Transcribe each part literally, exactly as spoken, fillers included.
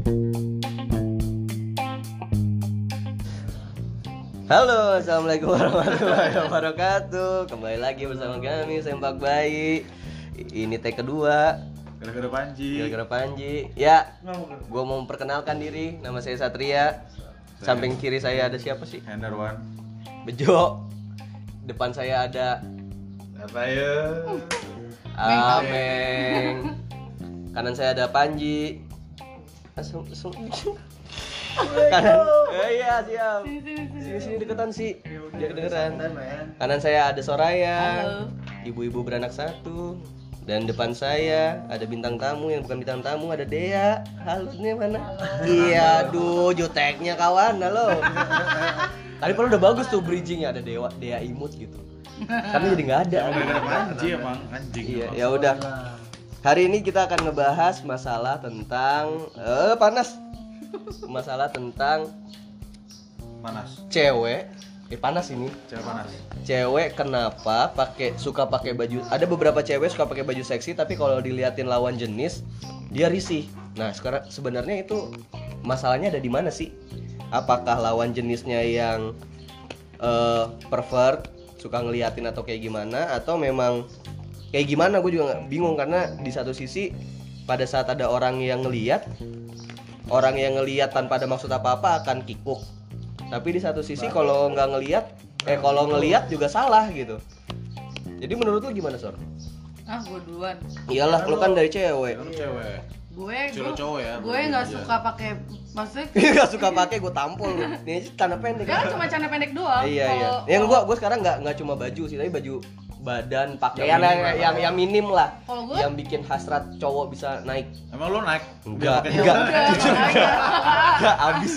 Halo, assalamualaikum warahmatullahi wabarakatuh. Kembali lagi bersama kami Sempak Bayi. Ini take kedua. Gara-gara Panji. Gara-gara Panji. Ya, gue mau memperkenalkan diri. Nama saya Satria. Samping kiri saya ada siapa sih? Hendarwan. Bejo. Depan saya ada Apa ya? Ameng. Kanan saya ada Panji. Langsung, langsung. Kanan, eh, iya siap. Sini sini deketan sih, biar kedengeran. Kanan saya ada Soraya. Halo. Ibu-ibu beranak satu. Dan depan saya ada bintang tamu yang bukan bintang tamu, ada Dea. Halo, nih mana? Iya, aduh, juteknya kawan, halo. Tadi pun udah bagus tuh bridgingnya, ada Dewa, Dea imut gitu. Karena jadi nggak ada. Gara-gara Panji emang anjing. Iya, ya udah. Hari ini kita akan ngebahas masalah tentang eh panas. Masalah tentang Panas. cewek. Eh panas ini. Cewek panas. Cewek kenapa pakai suka pakai baju? Ada beberapa cewek suka pakai baju seksi tapi kalau diliatin lawan jenis dia risih. Nah, sekarang sebenarnya itu masalahnya ada di mana sih? Apakah lawan jenisnya yang uh, pervert, suka ngeliatin atau kayak gimana, atau memang kayak gimana? Gue juga nggak bingung karena di satu sisi pada saat ada orang yang ngeliat, orang yang ngeliat tanpa ada maksud apa-apa akan kikuk. Tapi di satu sisi kalau nggak ngeliat, eh kalau ngeliat juga salah gitu. Jadi menurut lu gimana, Sor? Ah, gue duluan. Iyalah, lu kan dari cewek. Kan cewek. Gue Ciro cowok ya. gue nggak suka pakai, maksudnya Gak suka pakai gue tampol lu. Ini celana pendek. dia kan cuma celana pendek doang. Iya iya. Kalau- Yang kalau- gua gua sekarang nggak nggak cuma baju sih, tapi baju badan, pakaian yang minim yang, lah. yang, yang minim lah. Kalau gue Yang bikin hasrat cowok bisa naik. Emang lu naik? Enggak, Biar pakai enggak. cewek. udah makanya. Gak abis.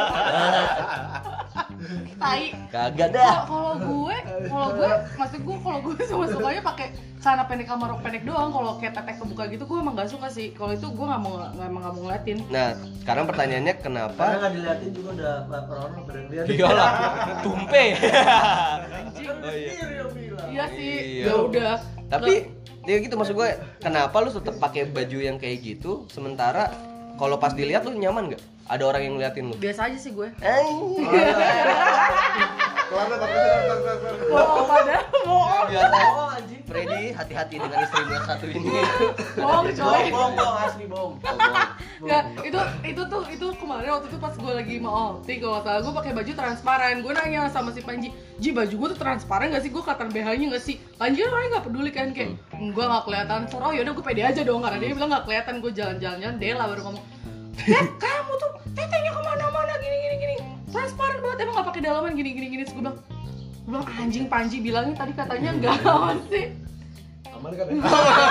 Tai. Kagak Kalau dah. kalau gue, kalau gue, maksud gue kalau gue cuma sukanya pakai celana pendek sama rok pendek doang. Kalau kayak tetek kebuka gitu, gue emang nggak suka sih. Kalau itu gue nggak mau, nggak emang nggak mau ngeliatin. Nah, sekarang pertanyaannya Karena kenapa? nggak diliatin juga udah baper orang pada lihat. Iyalah, tumpe. Anjing. Oh, iya. Iya sih. Iya. Ya udah. Tapi ya gitu maksud gue, kenapa lu tetap pakai baju yang kayak gitu sementara kalau pas dilihat lu nyaman nggak? Ada orang yang ngeliatin lu. Biasa aja sih gue. Eh, Oh, padahal bohong. biasa. Oh anjing. Freddy, hati-hati dengan istrimu yang satu ini. Bohong coy. Bohong, bohong, asli bohong. Nggak, itu itu tuh itu kemarin waktu itu pas gue lagi mau outing kalau nggak salah gue pakai baju transparan. Gue nanya sama si Panji, Ji baju gue tuh transparan nggak sih? Gue kelihatan B H-nya nggak sih? Panji kan orangnya nggak peduli kan kayak, gue nggak kelihatan. Soro, yaudah gue pede aja dong karena dia bilang nggak kelihatan. Gue jalan-jalan-jalan, Dela baru ngomong, Dep, kamu tuh tetenya kemana-mana gini gini gini, transparan banget emang nggak pakai dalaman gini gini gini. Terus gue bilang, gue bilang anjing Panji bilangnya tadi katanya nggak aman sih. Aman kan ya?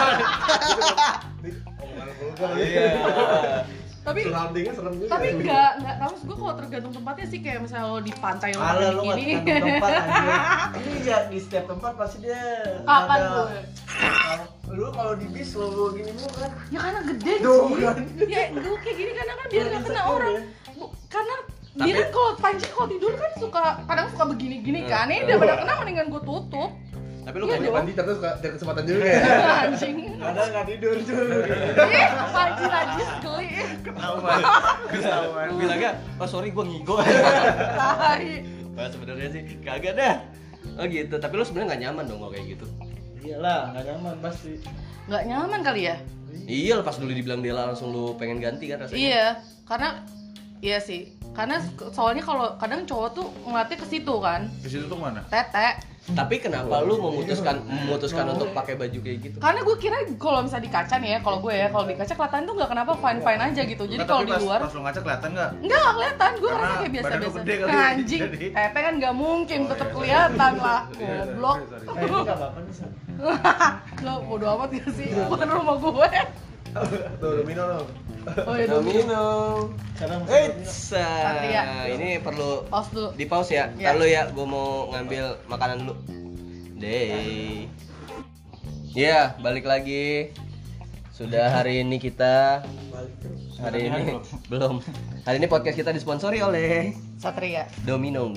Omongan vulgar ya. Iya. Tapi Surroundingnya serem juga. tapi enggak, enggak tahu gue kalau tergantung tempatnya sih kayak misalnya lo di pantai lo Kalau lu nggak gini. tergantung tempat anjir. Ini ya di setiap tempat pasti dia. Kapan ada- gue? Kalau- Lu kalau di bis lo gini mulu kan. Ya karena gede Duh, sih. kan. Ya gue kayak gini karena kan biar nggak kena Insecure orang. ya. Bu- Karena Tapi- dia kan kalau Panji kalau tidur kan suka kadang suka begini-gini kan. Ini udah pada kena mendingan gue tutup. Tapi lu Iya kayak dong. Panji ternyata suka cari kesempatan juga ya. Anjing. Kadang nggak tidur cuy. Ih, Panji najis geli. Ketahuan. Ketahuan. bilangnya, oh sorry gue ngigo. Tai. Nah, sebenarnya sih kagak dah. Oh gitu, tapi lu sebenarnya nggak nyaman dong kalau kayak gitu. Iyalah, nggak nyaman pasti. Nggak nyaman kali ya? Iya, lepas dulu dibilang Dela langsung lu pengen ganti kan rasanya. Iya, karena iya sih. Karena soalnya kalau kadang cowok tuh ngeliatnya ke situ kan. Di situ tuh mana? Tete. Tapi kenapa lu memutuskan memutuskan untuk pakai baju kayak gitu? Karena gue kira kalau misalnya di kaca nih ya, kalau gue ya, kalau di kaca kelihatan tuh nggak kenapa fine fine aja gitu. Jadi Nggak, kalau tapi di pas- luar Pas lu ngaca kelihatan nggak? enggak nggak kelihatan. Gue Karena ngerasa kayak biasa badan lu biasa. gede kali, Anjing, jadi- tete kan nggak mungkin Oh, tetap iya. kelihatan lah. Iya, Goblok. sorry, sorry. Eh, ini nggak apa-apa nih, San. Lo bodo amat gak sih? Bukan rumah gue. Tuh, domino lo. Oh iya dong. Domino. Sekarang Eits, Satria. ini perlu Pause dulu. di pause ya. Ya. Ntar lu ya, gue mau ngambil makanan dulu. Day. Ya, balik lagi. Sudah hari ini kita balik terus. hari Latihan ini belum? belum. Hari ini podcast kita disponsori oleh Satria. Domino's.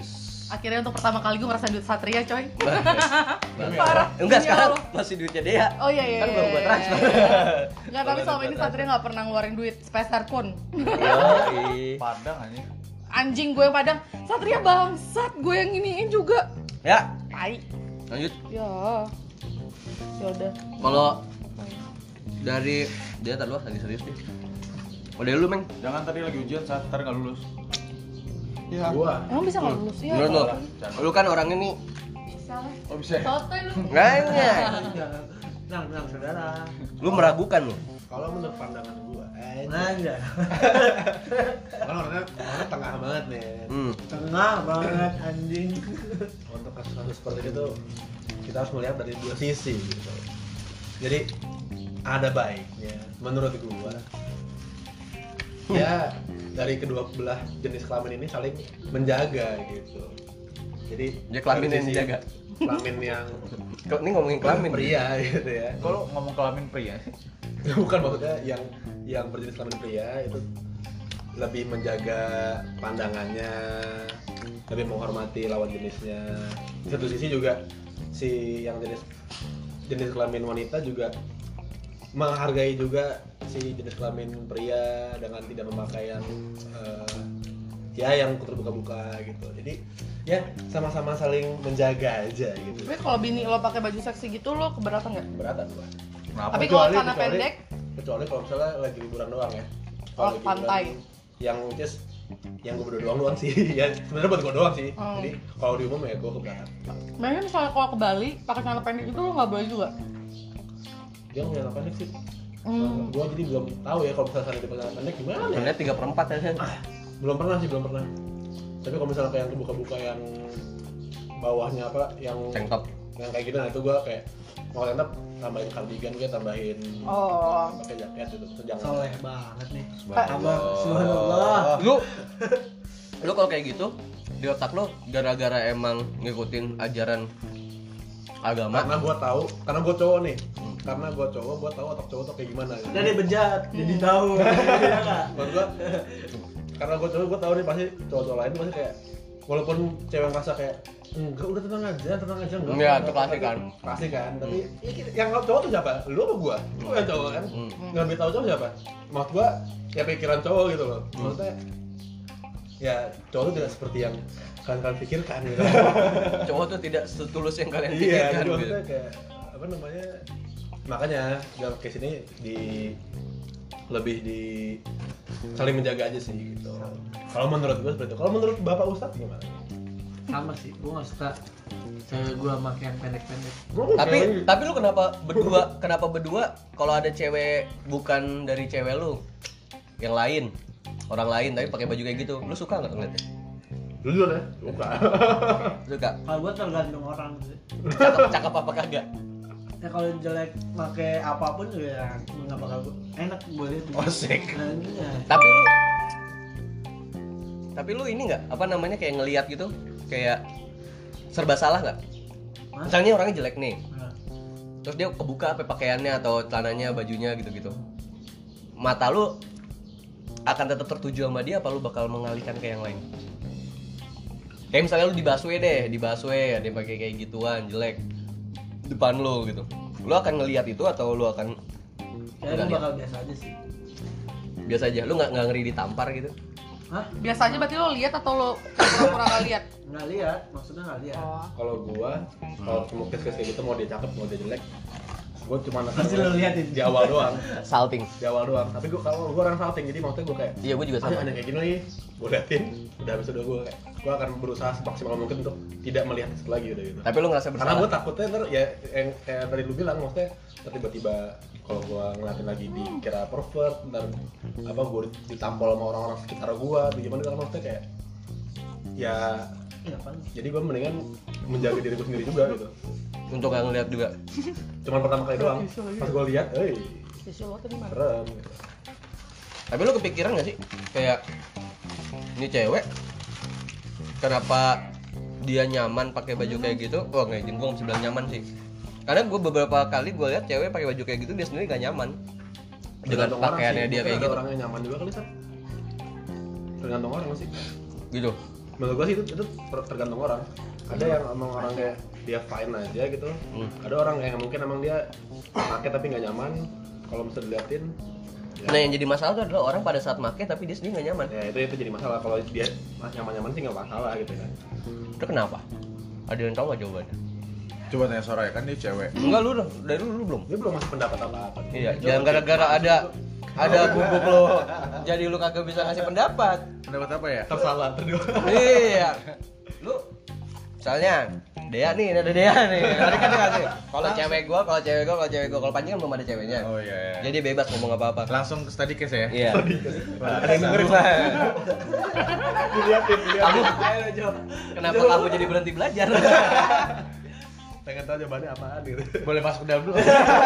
Akhirnya untuk pertama kali gue ngerasain duit Satria coy. Parah. Enggak, Demi sekarang Allah. masih duitnya dia. Oh iya iya. Kan belum gua iya, transfer. iya, iya. Enggak, tapi Belum selama gua ini Satria nggak pernah ngeluarin duit sepeser pun. Yoi. Padang aja. Anjing gue yang Padang. Satria bangsat, gue yang iniin juga. Ya, Tai. lanjut. Ya. Ya udah. Kalau dari dia tadi lu lagi serius nih. Oh, dari lu, Meng. Jangan tadi lagi ujian saat ntar nggak lulus. Iya. Gua. Emang bisa nggak lulus ya? Menurut lu, lu kan orangnya nih Bisa lah. Oh bisa. Sotoy lu. nanya. Tenang, tenang saudara. Lu meragukan lu. Kalau menurut pandangan gua, eh, Nanya. kan orangnya orangnya tengah banget nih. Hmm. Tengah banget anjing. Untuk kasus-kasus seperti itu kita harus melihat dari dua sisi gitu. Jadi ada baiknya menurut gua. Ya dari kedua belah jenis kelamin ini saling menjaga gitu. Jadi Ya, kelamin yang sisi dijaga. Kelamin yang Kok ini ngomongin kelamin pria gitu ya. Kalau ngomong kelamin pria sih. Bukan maksudnya yang yang berjenis kelamin pria itu lebih menjaga pandangannya, lebih menghormati lawan jenisnya. Di satu sisi juga si yang jenis jenis kelamin wanita juga menghargai juga si jenis kelamin pria dengan tidak memakai yang eh, ya yang terbuka-buka gitu. Jadi ya sama-sama saling menjaga aja gitu. Tapi kalau bini lo pakai baju seksi gitu lo keberatan nggak? Beratan gua. Kenapa? Tapi kalau Kecuali- celana kecuali- pendek, Kecuali kalau misalnya lagi liburan doang ya. Kalau oh lagi liburan, pantai. yang just yang gue berdua doang doang sih ya sebenarnya buat gue doang sih Hmm. jadi kalau di umum ya gue keberatan Makanya misalnya kalau ke Bali pakai celana pendek itu lo nggak boleh juga. dia nggak nyala pendek sih Hmm. gue jadi belum tahu ya kalau misalnya di celana pendek gimana ya Sebenarnya tiga per empat ya kan. belum pernah sih belum pernah tapi kalau misalnya kayak yang kebuka-buka yang bawahnya apa yang Tank top. yang kayak gitu nah itu gue kayak mau tetap tambahin cardigan gue tambahin Oh. pakai jaket gitu terus jangan Soleh banget nih. Subhanallah. Subhanallah. Lu lu kalau kayak gitu di otak lu gara-gara emang ngikutin ajaran agama. karena gue tahu karena gue cowok nih karena gue cowok gue tahu otak cowok tuh kayak gimana gitu. Dari bejat, jadi tahu. Iya nggak? Menurut gua karena gue cowok gue tahu nih pasti cowok-cowok lain pasti kayak walaupun cewek ngerasa kayak enggak udah tenang aja tenang aja enggak Iya, enggak, itu klasik kan. klasik kan tapi yang cowok tuh siapa lu apa gua lu yang cowok kan Hmm. yang lebih tahu cowok siapa maksud gua ya pikiran cowok gitu loh maksudnya ya cowok tuh tidak seperti yang kalian-kalian pikirkan gitu Cowok tuh tidak setulus yang kalian iya pikirkan jadi gitu. maksudnya kayak apa namanya makanya dalam case ini di lebih di saling menjaga aja sih gitu kalau menurut gua seperti itu kalau menurut bapak Ustadz gimana Sama sih, gue nggak suka cewek gue pakai yang pendek-pendek. Gua Tapi kayak- tapi lu kenapa berdua kenapa berdua kalau ada cewek bukan dari cewek lu yang lain orang lain tapi pakai baju kayak gitu lu suka nggak ngeliatnya? lu dulu ya suka Suka. Kalau gue tergantung orang sih. Cakep, cakep apa kagak? Ya kalau jelek pakai apapun juga ya nggak bakal gue enak gue lihat. Asik. Nah, iya. Tapi lu tapi lu ini nggak apa namanya kayak ngelihat gitu kayak serba salah nggak? Hah? Misalnya orangnya jelek nih, Nah, terus dia kebuka apa pakaiannya atau celananya, bajunya gitu-gitu. Mata lu akan tetap tertuju sama dia apa lu bakal mengalihkan ke yang lain? Kayak misalnya lu di busway deh, di busway ada yang pakai kayak gituan jelek depan lu gitu. Lu akan ngelihat itu atau lu akan kayaknya Nggak gue bakal biasa aja sih. biasa aja? Lu nggak nggak ngeri ditampar gitu? Hah? Biasa aja berarti lo lihat atau lo pura-pura nggak lihat? Nggak lihat, maksudnya nggak lihat. Oh. kalau gua kalau mau case kayak gitu mau dia cakep mau dia jelek gua cuma Pasti lu liatin. di awal doang Salting. di awal doang tapi gua kalau gua orang salting jadi maksudnya gua kayak Iya, gue juga ada sama. ada kayak gini nih gua liatin udah habis itu gua kayak gua akan berusaha semaksimal mungkin untuk tidak melihat itu lagi udah gitu Tapi lu ngerasa karena bersalah? gua takutnya ntar ya yang kayak tadi lu bilang maksudnya ntar tiba-tiba kalau gua ngeliatin lagi dikira pervert ntar apa gua ditampol sama orang-orang sekitar gua atau gimana kan maksudnya kayak ya Iya kan? jadi gua mendingan menjaga diri gua sendiri juga gitu Untuk nggak ngeliat juga. cuman pertama kali doang pas gua lihat eh Sisi lo tadi mana? serem gitu. Tapi lu kepikiran nggak sih kayak ini cewek kenapa dia nyaman pakai baju kayak gitu? Wah nggak izin, gue nggak bisa bilang nyaman sih. Karena gue beberapa kali gue lihat cewek pakai baju kayak gitu dia sendiri nggak nyaman dengan Tergantung orang pakaiannya sih. dia Mungkin kayak ada gitu. orang yang nyaman juga kali Sat tergantung orang sih Gitu. menurut gua sih itu itu ter- tergantung orang. Ada yang emang orang kayak dia fine aja gitu. Hmm. Ada orang yang mungkin emang dia pakai tapi nggak nyaman. Kalau misalnya diliatin, ya, Nah yang jadi masalah itu adalah orang pada saat make tapi dia sendiri nggak nyaman. ya itu itu jadi masalah. Kalau dia nyaman-nyaman sih nggak masalah gitu kan. Itu kenapa? Ada yang tahu nggak jawabannya? Coba tanya Soraya, kan dia cewek. Enggak lu dong, dari lu, lu belum. Dia belum masih pendapat apa-apa. Iya, jangan gara-gara ada ada bubuk lo jadi lu kagak bisa ngasih pendapat. Pendapat apa ya? Tersalah berdua. Iya. Lu misalnya Dea nih, ada Dea nih. Tadi kan dia ngasih. Kalau cewek gua, kalau cewek gua, kalau cewek gua, kalau Panji kan belum ada ceweknya. Oh iya, iya. Jadi bebas ngomong apa-apa. Langsung ke study case ya? Iya. Ada yang dengerin. Diliatin, Kamu diliatin. kenapa kamu jadi berhenti belajar? Pengen tahu jawabannya apaan gitu. Boleh masuk ke dalam dulu.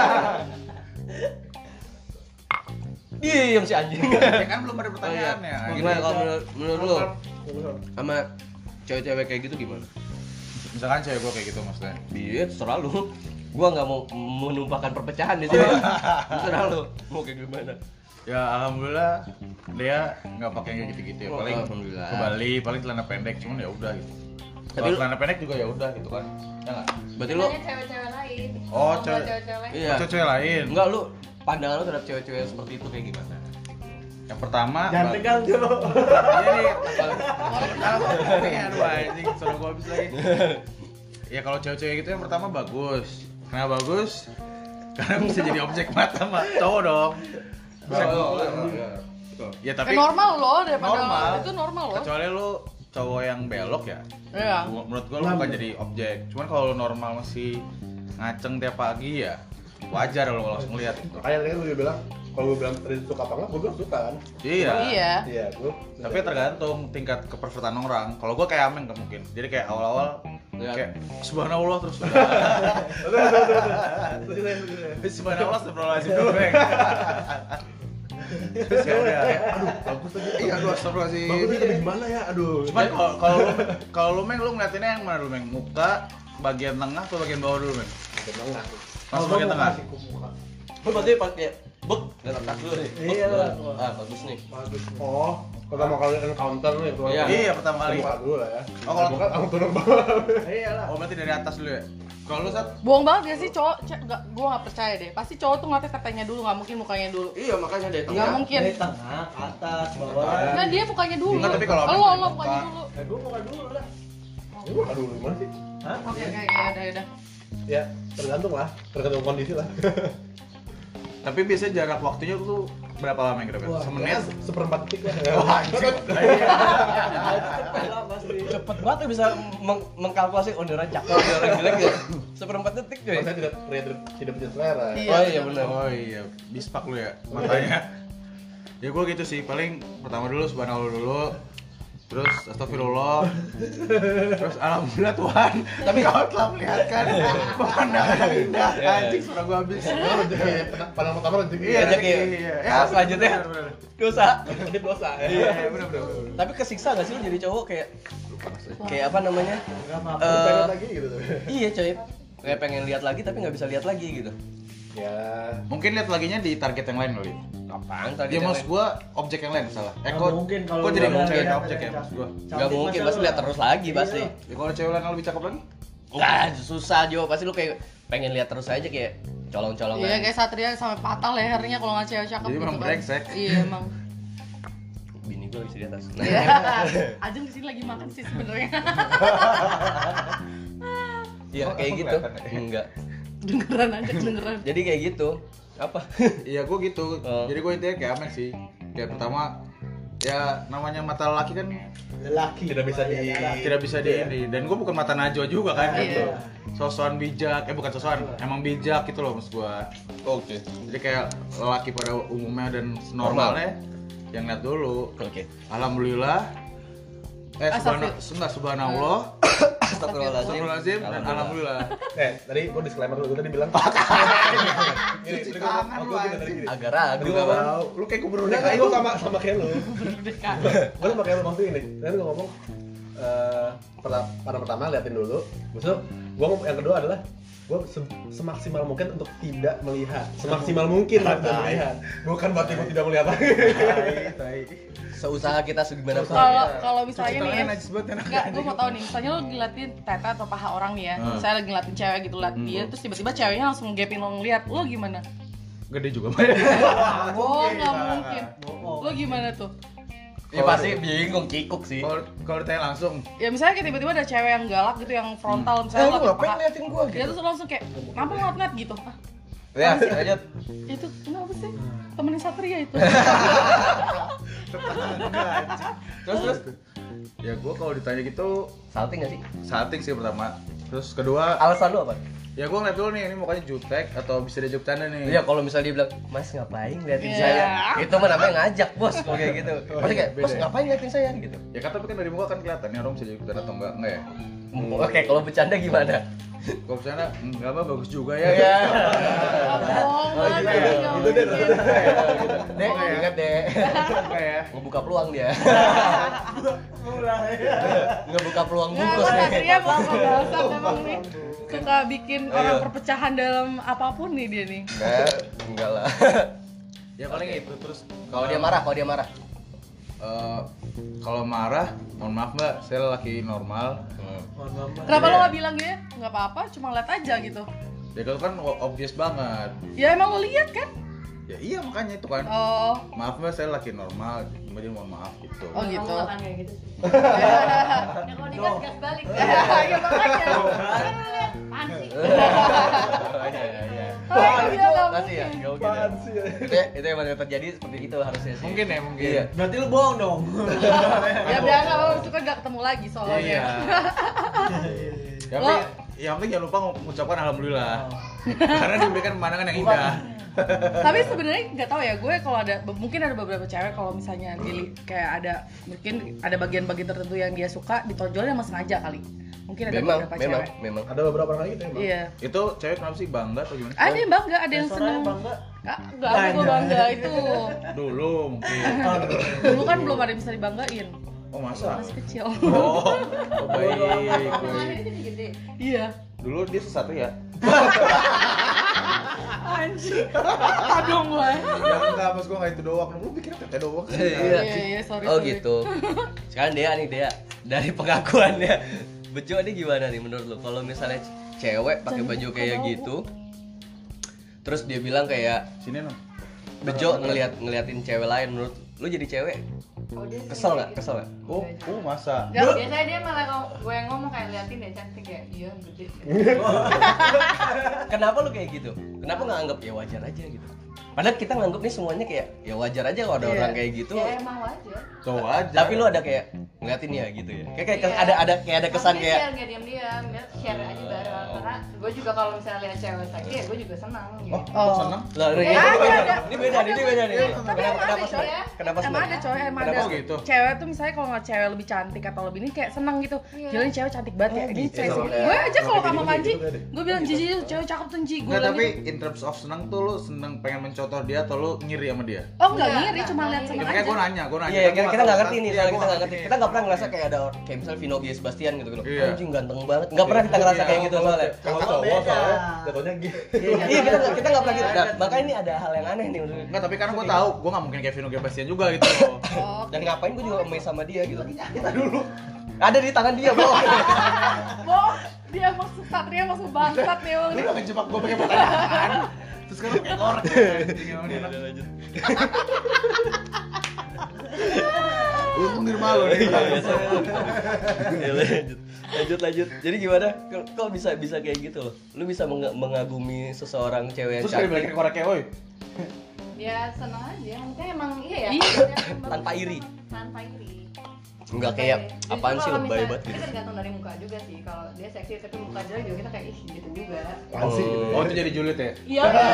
Diam si anjing. Ya kan belum ada Oh, iya. pertanyaannya. Gimana kalau menurut, menurut lu sama cewek-cewek kayak gitu gimana? Misalkan cewek gua kayak gitu maksudnya. Iya, terserah lu. Gua nggak mau menumpahkan perpecahan di sini. Terserah lu mau kayak gimana. Ya alhamdulillah dia nggak pakai kayak gitu-gitu ya. Oh, Paling alhamdulillah. ke Bali, paling celana pendek, cuman ya udah gitu. Tapi Kalau lu- celana pendek juga ya udah gitu kan. Ya nggak? Berarti lu Tanya cewek-cewek lain. Oh, Buat cewek- cewek-cewek. iya. Oh, cewek lain. Enggak, lu pandangan lu terhadap cewek-cewek seperti itu kayak gimana? Yang pertama Jangan ba- tegang Jo. Iya nih. Iya, aduh anjing, suruh gua habis lagi. Ya kalau cewek-cewek gitu yang pertama bagus. Kenapa bagus? Karena bisa jadi objek mata sama cowok dong. Bisa Ya tapi Eh, normal loh daripada normal. itu normal loh. Kecuali lu cowok yang belok ya. Iya. Gua- Menurut gua lu bukan jadi objek. Cuman kalau lu normal masih ngaceng tiap pagi ya wajar kalau langsung lihat. Makanya tadi lu bilang kalau gue bilang tadi suka apa enggak, gue bilang suka kan. Iya. Iya. Iya, gue. Tapi tergantung tingkat keperfektan orang. Kalau gua kayak Ameng nggak mungkin. Jadi kayak awal-awal Ya. kayak subhanallah terus udah. Subhanallah astagfirullahaladzim dulu, Meng. Terus ya udah. Aduh, bagus lagi. Iya, aduh astagfirullahaladzim. Bagus tapi gimana ya? Aduh. Cuman kalau kalau lu kalau lu Meng lu ngeliatinnya yang mana dulu, Meng? Muka, bagian tengah atau bagian bawah dulu, Meng? Tenang. Langsung bagian tengah. Lu berarti pakai bek dan atas dulu nih. Bek, Iya lah. Ah, bagus nih. Bagus. Oh, pertama kali encounter nih tuh. Iya. Iya, pertama kali. Muka dulu lah ya. Oh, kalau- muka langsung turun bawah. Iya lah. Oh, berarti dari atas dulu ya. Kalau lu Sat? Bohong banget gak sih cowok? C- gak, gue gak percaya deh. Pasti cowok tuh ngeliatnya tetenya dulu, gak mungkin mukanya dulu. Iya, makanya dari Gak tengah. mungkin. Dari tengah ke atas bawah. Nah dia mukanya dulu. Enggak, tapi kalau lo Ameng lo dari mukanya muka. dulu. Eh, gua muka dulu lah. Ya, muka dulu gimana sih? Hah? Oke oke oke udah udah. Ya, tergantung lah, tergantung kondisi lah. Tapi biasanya jarak waktunya tuh berapa lama kira-kira? Ya, Semenit? seperempat detik lah. Wah, anjing. Cepet banget tuh bisa meng- mengkalkulasi oh, ini orang cakep, ini orang jelek ya. Seperempat detik cuy. Saya tidak tidak tidak punya selera. Iya. Oh iya benar. Oh iya, bispak lu ya matanya. Ya gua gitu sih, paling pertama dulu subhanallah dulu. Terus astagfirullah. Terus alhamdulillah Tuhan, tapi kau telah melihatkan pemandangan yang indah. Anjing suara gua habis. Pandang pertama rezeki. Iya, rezeki. iya. Ya, Ah, selanjutnya. bener, bener. Dosa. Ini dosa ya. Iya, iya, bener bener. bener. Tapi kesiksa gak sih lu jadi cowok kayak kayak apa namanya? Enggak apa-apa. Eh, Pengen lagi gitu tuh. iya coy. Kayak pengen lihat lagi tapi nggak bisa lihat lagi gitu. Ya, Mungkin lihat laginya di target yang lain kali. Apaan tadi? Dia maksud gua objek yang lain salah. Eh Nggak kok mungkin kalau kok jadi lu mau mungkin. cewek objek ya maksud gua. Nggak mungkin, pasti lihat terus lagi pasti. Ya kalau cewek lain lebih cakep lagi? Nggak, susah Jo. Pasti lu kayak pengen lihat terus aja kayak colong-colongan. Iya kayak Satria sampai patah lehernya kalau nggak cewek cakep. Jadi gitu emang kan. brengsek. Iya emang. Bini gua lagi di atas. Iya. Ajeng di sini lagi makan sih sebenarnya. Iya Oh, kayak emang gitu. kelihatan ya? Enggak. Dengeran aja dengeran. Jadi kayak gitu. Apa? Iya gua gitu. Oh. Jadi gua intinya kayak Ameng sih. Kayak pertama ya namanya mata laki kan Lelaki. Tidak bisa di- tidak bisa di Iya. ini. Dan gua bukan mata najwa juga kan Iya. gitu. Sosokan bijak, eh bukan sosokan, emang bijak gitu loh maksud gua. Oke. Jadi kayak lelaki pada umumnya dan normalnya yang lihat dulu. Oke. Alhamdulillah. Eh subhanallah, Astagfir- enggak subhanallah, Astagfirullahaladzim. astagfirullahaladzim dan alhamdulillah. eh tadi gua disclaimer dulu, gua tadi bilang Gini, Cuci tadi gua- tangan oh, lu, gua gini, anjing. tadi gini. Agak ragu Gua gak bang? tahu, lu kayak gubernur Enggak, D K I, enggak, gua itu- sama sama kayak lu. Dekat. Gua sama kayak lu waktu ini. Tadi gua ngomong eh pada pertama, pertama liatin dulu. Besok gua ngomong yang kedua adalah gue se- semaksimal mungkin untuk tidak melihat, semaksimal mungkin untuk melihat, bukan berarti gue tidak melihat lagi. Seusaha kita segimana pun. Kalau kalau misalnya nih, Cuci tangan ya, najis banget, enak enggak, aja. gue mau tahu nih, misalnya lo ngeliatin tete atau paha orang nih ya, Hmm. saya lagi ngeliatin cewek gitu, liat dia, terus tiba-tiba ceweknya langsung ngegapin lo ngeliat, lo gimana? Gede juga. Oh, nggak mungkin. Lo gimana tuh? Ya pasti bingung, kikuk sih. Kalau kalau ditanya langsung, Ya misalnya kayak tiba-tiba ada cewek yang galak gitu, yang frontal, misalnya Eh, lo lu ngapain ngeliatin gua Dia gitu? tuh langsung kayak, kenapa ngeliat-ngeliat gitu? Ah, Ya, lanjut. itu kenapa sih? Temenin Satria itu. Terus terus ya gue kalau ditanya gitu salting gak sih? salting sih pertama. Terus kedua, Alasan lu apa? ya gue ngeliat dulu nih, ini mukanya jutek atau bisa diajak bercanda nih. Iya, kalau misalnya dia bilang, "Mas ngapain ngeliatin Iya. saya?" Itu mah namanya ngajak, Bos, kalau kayak gitu. Pasti kayak, beda "Bos, ya? ngapain ngeliatin saya?" gitu. Ya kan tapi kan dari muka kan kelihatan nih orang bisa jadi bercanda atau enggak, enggak ya? Oke, kalau bercanda gimana? Kalau bercanda, enggak apa bagus juga ya. Iya. Bohong Oh, gitu banget, ya. nggak Gitu deh, mungkin. Dek, ingat dek. Enggak ya? Ngebuka peluang dia. Mulai. Ngebuka peluang Nggak, bungkus Mas nih. Satria mau ngebahas emang nih. Suka bikin Ayo. orang perpecahan dalam apapun nih dia nih. Enggak, enggak lah. Ya paling itu terus Kalau dia marah, kalau dia marah. eh, kalau marah, mohon maaf mbak, saya laki normal. Mohon maaf, Mbak. Kenapa Iya. lo gak bilang dia? Nggak apa-apa, cuma lihat aja gitu. Ya itu kan obvious banget. Ya emang lo lihat kan? Ya iya makanya itu kan. Oh, Maaf mbak, saya laki normal. Jadi mohon maaf gitu. oh gitu. Kamu akan kayak gitu sih. Ya kalau digas gas balik. Ya makanya. Apaan sih? Iya, iya, iya. Oh, iya, nggak Pasti ya, mungkin. nggak mungkin. Apaan sih? Itu itu yang benar terjadi seperti itu harusnya sih. Mungkin ya, mungkin. Iya. Berarti lu bohong dong. Ya biar nggak apa-apa, itu kan nggak ketemu lagi soalnya. Iya. Yang Lo- penting, yang penting jangan lupa mengucapkan alhamdulillah. Karena diberikan pemandangan yang indah. Tapi sebenarnya nggak tahu ya, gue kalau ada mungkin ada beberapa cewek kalau misalnya di kayak ada mungkin ada bagian-bagian tertentu yang dia suka ditonjolnya emang sengaja kali. Mungkin ada Memang, beberapa memang, cewek. memang. Ada beberapa orang gitu emang. Iya. Itu cewek kenapa sih bangga atau gimana? Ada yang bangga, ada yang Restorannya seneng. bangga. Ah, enggak, aku gue bangga itu. Dulu mungkin. Dulu kan belum ada yang bisa dibanggain. Oh masa? Masih kecil. Oh, oh baik. Tangannya baik. itu gede. Iya. Dulu dia sesatu ya? Anjir. Aduh gue. Ya enggak, mas gua enggak itu doang. Lu pikir tete doang sih? Iya. Iya, iya, sorry. Oh sorry. gitu. Sekarang Dea nih Dea, dari pengakuannya, Bejo ini gimana nih menurut lu? Kalau misalnya c- cewek pakai Jangan baju buka kayak bau. gitu, terus dia bilang kayak Sini no. Bejo ngeliat ngeliatin cewek lain, menurut lu jadi cewek Oh, dia sering kesel kayak nggak? gitu. Kesel nggak? Oh, oh masa? Nggak, Biasanya dia malah ngom- gue yang ngomong kayak liatin deh cantik ya. Iya, gede. Kenapa lu kayak gitu? Kenapa nggak anggap ya wajar aja gitu? Padahal kita nganggep nih semuanya kayak ya wajar aja kalau ada Iya. orang kayak gitu. Ya emang wajar. Tuh aja. Tapi lu ada kayak ngeliatin ya gitu ya. Kayak, kayak Iya. ada ada kayak ada kesan Maksudnya kayak share gak diam-diam, ya share aja bareng. Karena gue juga kalau misalnya lihat cewek seksi ya gue juga senang gitu. Oh, Oh. seneng? lah ini, Ya, ini ada, beda, ada. ini beda nih, ini beda nih. Tapi Kenapa emang kenapa ada, seneng? coy. Kenapa Emang seneng? ada cowok, emang Kenapa ada gitu? cewek tuh misalnya kalau ngeliat cewek lebih cantik atau lebih ini kayak seneng gitu. Iya. Gila ini cewek cantik banget ya. Oh, Gini gitu. cewek sih. Iya. Gue aja kalau Kayak sama gitu, Panji, gitu kan ya? gue bilang Jiji cewek cakep tuh Ji. Gue Enggak, bilang tapi gitu. in terms of seneng tuh lu seneng pengen mencontoh dia atau lu ngiri sama dia? Oh enggak Enggak, ngiri, enggak, cuma lihat enggak Ya, seneng makanya aja. gue nanya, gue nanya. Iya, kita, kita nggak ngerti nih, Iya, soalnya gua kita nggak ngerti. ngerti. Kita nggak pernah ngerasa kayak ada or- kayak misal Vino G. Sebastian gitu gitu. Iya. Anjing ganteng banget. Nggak pernah kita ngerasa Iya. kayak gitu soalnya. Kalau cowok beda. soalnya jatuhnya gitu. Iya, kita nggak kita nggak pernah gitu. Nah, makanya ini ada hal yang aneh nih menurut gue. Enggak, tapi karena gue tahu gue nggak mungkin kayak Vino Gebastian juga gitu loh. Oh, Dan ngapain gue juga amazed sama dia gitu. Kita dulu. Ada di tangan dia, Bro. boh, dia maksud Satria maksud bangsat nih emang. Lu udah ngejebak gue pakai pertanyaan. Terus sekarang kayak korek. Anjing, emang dia enak. Untung di rumah lu nih. Ya, lanjut. Lanjut lanjut. Jadi gimana? Kok kok bisa bisa kayak gitu loh? Lu bisa meng- mengagumi seseorang cewek yang Terus kali balik cantik ke korek woi. Ya senang aja, maksudnya emang iya ya. Iya. maksudnya emang tanpa bagus. iri. Tanpa iri. Enggak kayak Justru apaan sih kalau lebay misalnya- banget Tapi gitu. tergantung dari muka juga sih. Kalau dia seksi tapi muka jelek juga kita kayak ih gitu juga. Apaan sih gitu. Oh, itu jadi julid ya? Iya kan?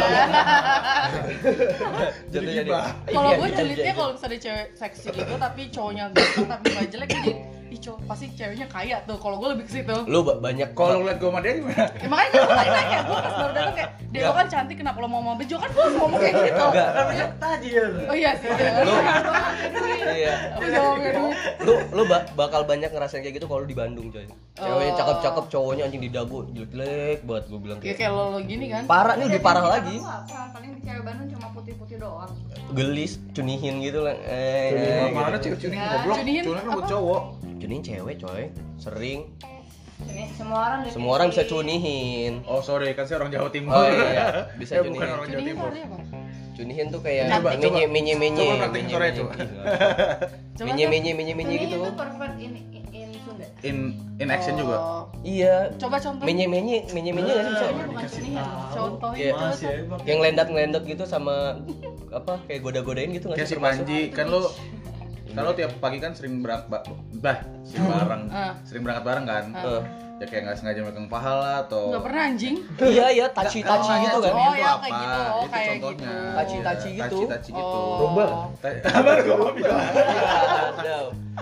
Jadi jadi Kalau iya, gue iya, julidnya iya. kalau misalnya cewek seksi gitu tapi cowoknya ganteng tapi muka jelek jadi ih cowok pasti ceweknya kaya tuh. Kalau gue lebih ke situ. Lu ba- banyak Kalau ngeliat gue sama dia gimana? Ya, makanya gue tadi nanya, gue pas baru datang kayak Dewa kan cantik, kenapa lo mau sama Bejo? Kan gue ngomong kayak gitu. Enggak. Namanya tajir. Oh iya sih. Lu iya. Apa jawabnya dulu? Lu lu ba- bakal banyak ngerasain kayak gitu kalau lu di Bandung, coy. Ceweknya Oh. cakep-cakep, cowoknya anjing di dagu jelek-jelek banget gua bilang Ya kayak. kayak lo, lo gini kan. Parah nih lebih parah Jadi lagi. aku apa? Paling di cewek Bandung cuma putih-putih doang. Gelis, cunihin gitu lah. Eh, Cunihin eh, Mana gitu. cewek cuning Ya, goblok? cunihin Cuning kan buat apa? cowok. Cunihin cewek, coy. Sering. Ini semua orang definisi. Semua orang bisa cunihin. Oh sorry, kan saya orang Jawa Timur. Oh iya, bisa Saya bukan cunihin. orang Jawa Cunihin Timur. tuh artinya apa? Cunihin tuh kayak Coba, menye coba. menye menye Coba praktekin sore, coba. Coba menye tuh. menye menye menye Ini gitu. itu perfect in in, in Sunda. In in action juga. Oh. Iya. Coba contoh. Menye menye menye menye nggak sih bisa? Ceweknya bukan cunihin. Contohin Iya. coba Masih tuh. ya, Bang. Yang lendat-lendat gitu sama apa kayak goda-godain gitu nggak Kayak sih? si Panji, kan lu kan lu tiap pagi kan sering berangkat bah, bah sering bareng, Ah. sering berangkat bareng kan. Eh, Ya kayak nggak sengaja megang pahala atau Nggak pernah anjing. Iya iya taci taci Oh, gitu iya, kan. Oh, itu ya, apa? kayak gitu. Oh, Itu kayak contohnya. gitu. Taci-taci gitu. Taci-taci gitu. Oh. Rumba. Kabar gua mau bilang. Iya, ada.